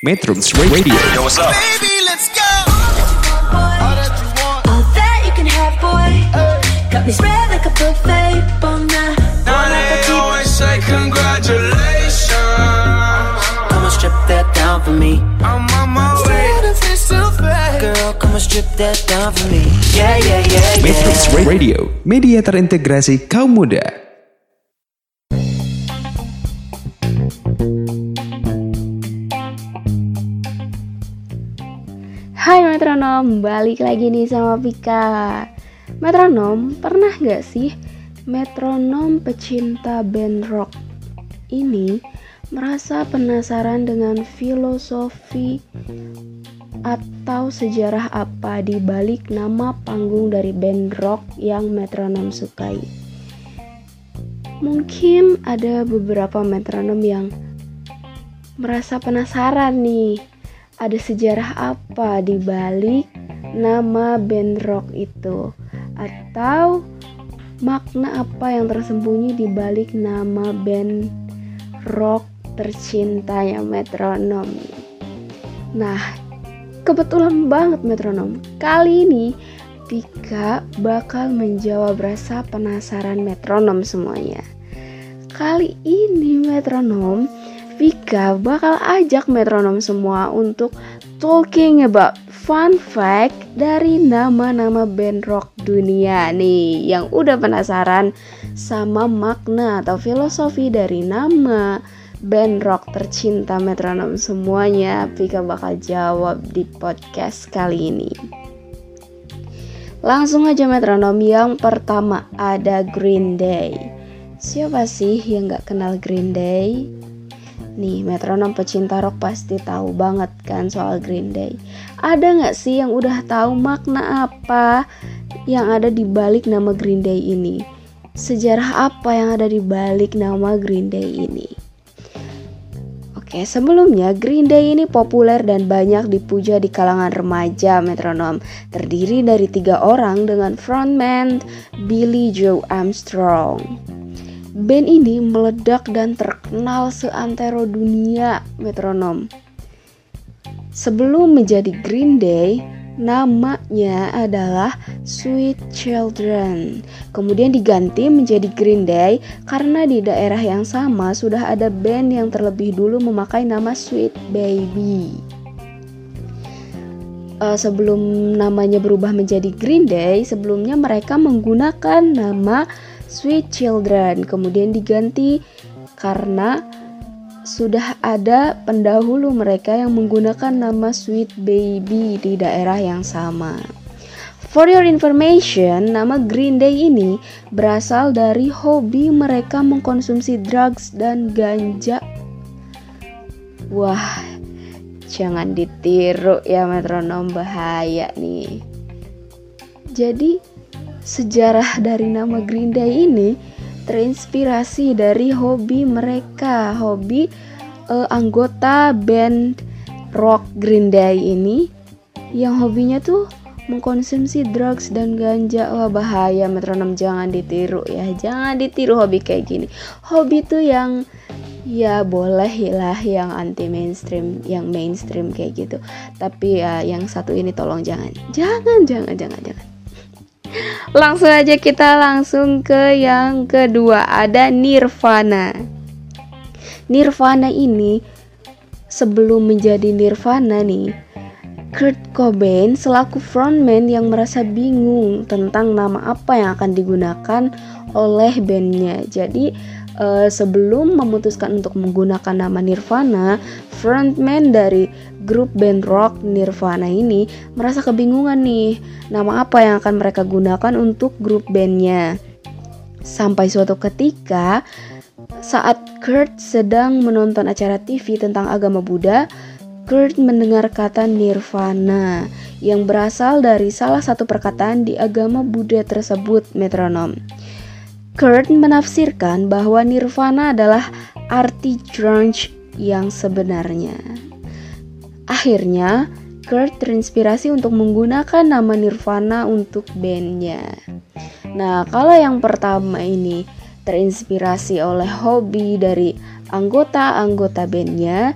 Metrums Radio. Yo, what's up? Baby, let's go. All that you want, All that you can have, boy. Got me spread like a buffet, bon now they always say congratulations. Come and strip that down for me. I'm on my way. Girl, come and strip that down for me. Yeah, yeah, yeah, yeah. Metrums Radio, media terintegrasi kaum muda. Hai metronom, balik lagi nih sama Vika. Metronom, pernah gak sih metronom pecinta band rock ini merasa penasaran dengan filosofi atau sejarah apa di balik nama panggung dari band rock yang metronom sukai? Mungkin ada beberapa metronom yang merasa penasaran nih, ada sejarah apa di balik nama band rock itu, atau makna apa yang tersembunyi di balik nama band rock tercintanya metronom. Nah, kebetulan banget metronom, kali ini Vika bakal menjawab rasa penasaran metronom semuanya. Kali ini metronom, Vika bakal ajak metronom semua untuk talking about fun fact dari nama-nama band rock dunia nih, yang udah penasaran sama makna atau filosofi dari nama band rock tercinta metronom semuanya. Vika bakal jawab di podcast kali ini. Langsung aja metronom, yang pertama ada Green Day. Siapa sih yang gak kenal Green Day? Nih, metronom pecinta rock pasti tahu banget kan soal Green Day. Ada gak sih yang udah tahu makna apa yang ada di balik nama Green Day ini? Sejarah apa yang ada di balik nama Green Day ini? Oke, sebelumnya Green Day ini populer dan banyak dipuja di kalangan remaja metronom. Terdiri dari 3 orang dengan frontman Billy Joe Armstrong. Band ini meledak dan terkenal seantero dunia metronom. Sebelum menjadi Green Day, namanya adalah Sweet Children. Kemudian diganti menjadi Green Day karena di daerah yang sama sudah ada band yang terlebih dulu memakai nama Sweet Baby. Sebelum namanya berubah menjadi Green Day, sebelumnya mereka menggunakan nama Sweet Children, kemudian diganti karena sudah ada pendahulu mereka yang menggunakan nama Sweet Baby di daerah yang sama. For your information, nama Green Day ini berasal dari hobi mereka mengkonsumsi drugs dan ganja. Wah, jangan ditiru ya metronom, bahaya nih. Jadi sejarah dari nama Green Day ini terinspirasi dari hobi mereka, hobi anggota band rock Green Day ini yang hobinya tuh mengkonsumsi drugs dan ganja. Wah, bahaya metronom, jangan ditiru ya, jangan ditiru hobi kayak gini. Hobi tuh yang ya boleh lah yang anti mainstream, yang mainstream kayak gitu. Tapi ya yang satu ini tolong jangan. Langsung aja kita langsung ke yang kedua, ada Nirvana. Nirvana ini sebelum menjadi Nirvana nih, Kurt Cobain selaku frontman yang merasa bingung tentang nama apa yang akan digunakan oleh bandnya. Jadi sebelum memutuskan untuk menggunakan nama Nirvana, frontman dari grup band rock Nirvana ini merasa kebingungan nih, nama apa yang akan mereka gunakan untuk grup bandnya. Sampai suatu ketika saat Kurt sedang menonton acara TV tentang agama Buddha, Kurt mendengar kata Nirvana yang berasal dari salah satu perkataan di agama Buddha tersebut metronom. Kurt menafsirkan bahwa Nirvana adalah arti grunge yang sebenarnya. Akhirnya, Kurt terinspirasi untuk menggunakan nama Nirvana untuk bandnya. Nah, kalau yang pertama ini terinspirasi oleh hobi dari anggota-anggota bandnya,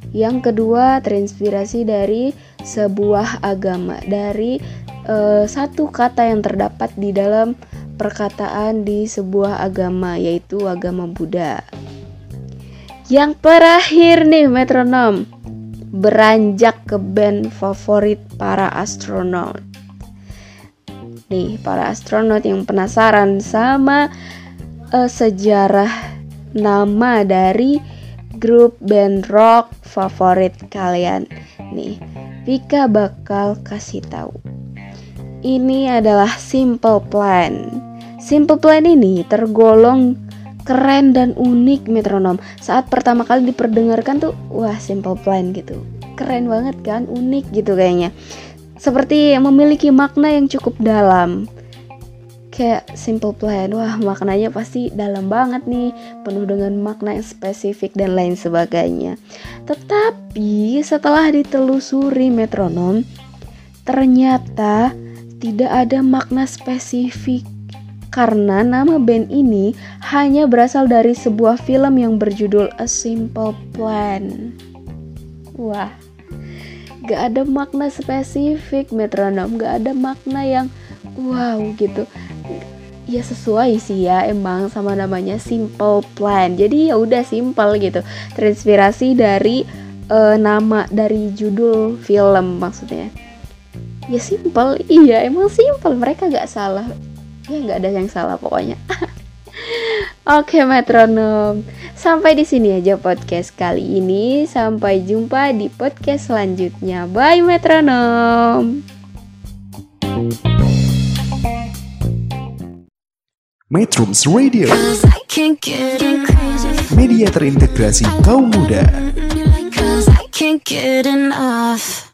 Yang kedua, terinspirasi dari sebuah agama, dari satu kata yang terdapat di dalam perkataan di sebuah agama, yaitu agama Buddha. Yang terakhir nih metronom, beranjak ke band favorit para astronot. Nih, para astronot yang penasaran sama sejarah nama dari grup band rock favorit kalian. Nih, Vika bakal kasih tahu. Ini adalah Simple Plan. Simple Plan ini tergolong keren dan unik metronom. Saat pertama kali diperdengarkan tuh, wah Simple Plan gitu. Keren banget kan, unik gitu kayaknya. Seperti memiliki makna yang cukup dalam. Kayak Simple Plan, wah maknanya pasti dalam banget nih, penuh dengan makna yang spesifik dan lain sebagainya. Tetapi setelah ditelusuri metronom, ternyata tidak ada makna spesifik, karena nama band ini hanya berasal dari sebuah film yang berjudul A Simple Plan. Wah, gak ada makna spesifik metronom, gak ada makna yang wow gitu. Ya sesuai sih ya emang sama namanya Simple Plan. Jadi ya udah simple gitu. Terinspirasi dari nama dari judul film maksudnya. Ya simple, iya emang simple. Mereka gak salah. Ya gak ada yang salah pokoknya. Oke metronom, sampai di sini aja podcast kali ini. Sampai jumpa di podcast selanjutnya. Bye metronom. Metrums Radio, media terintegrasi kaum muda. Can't get enough.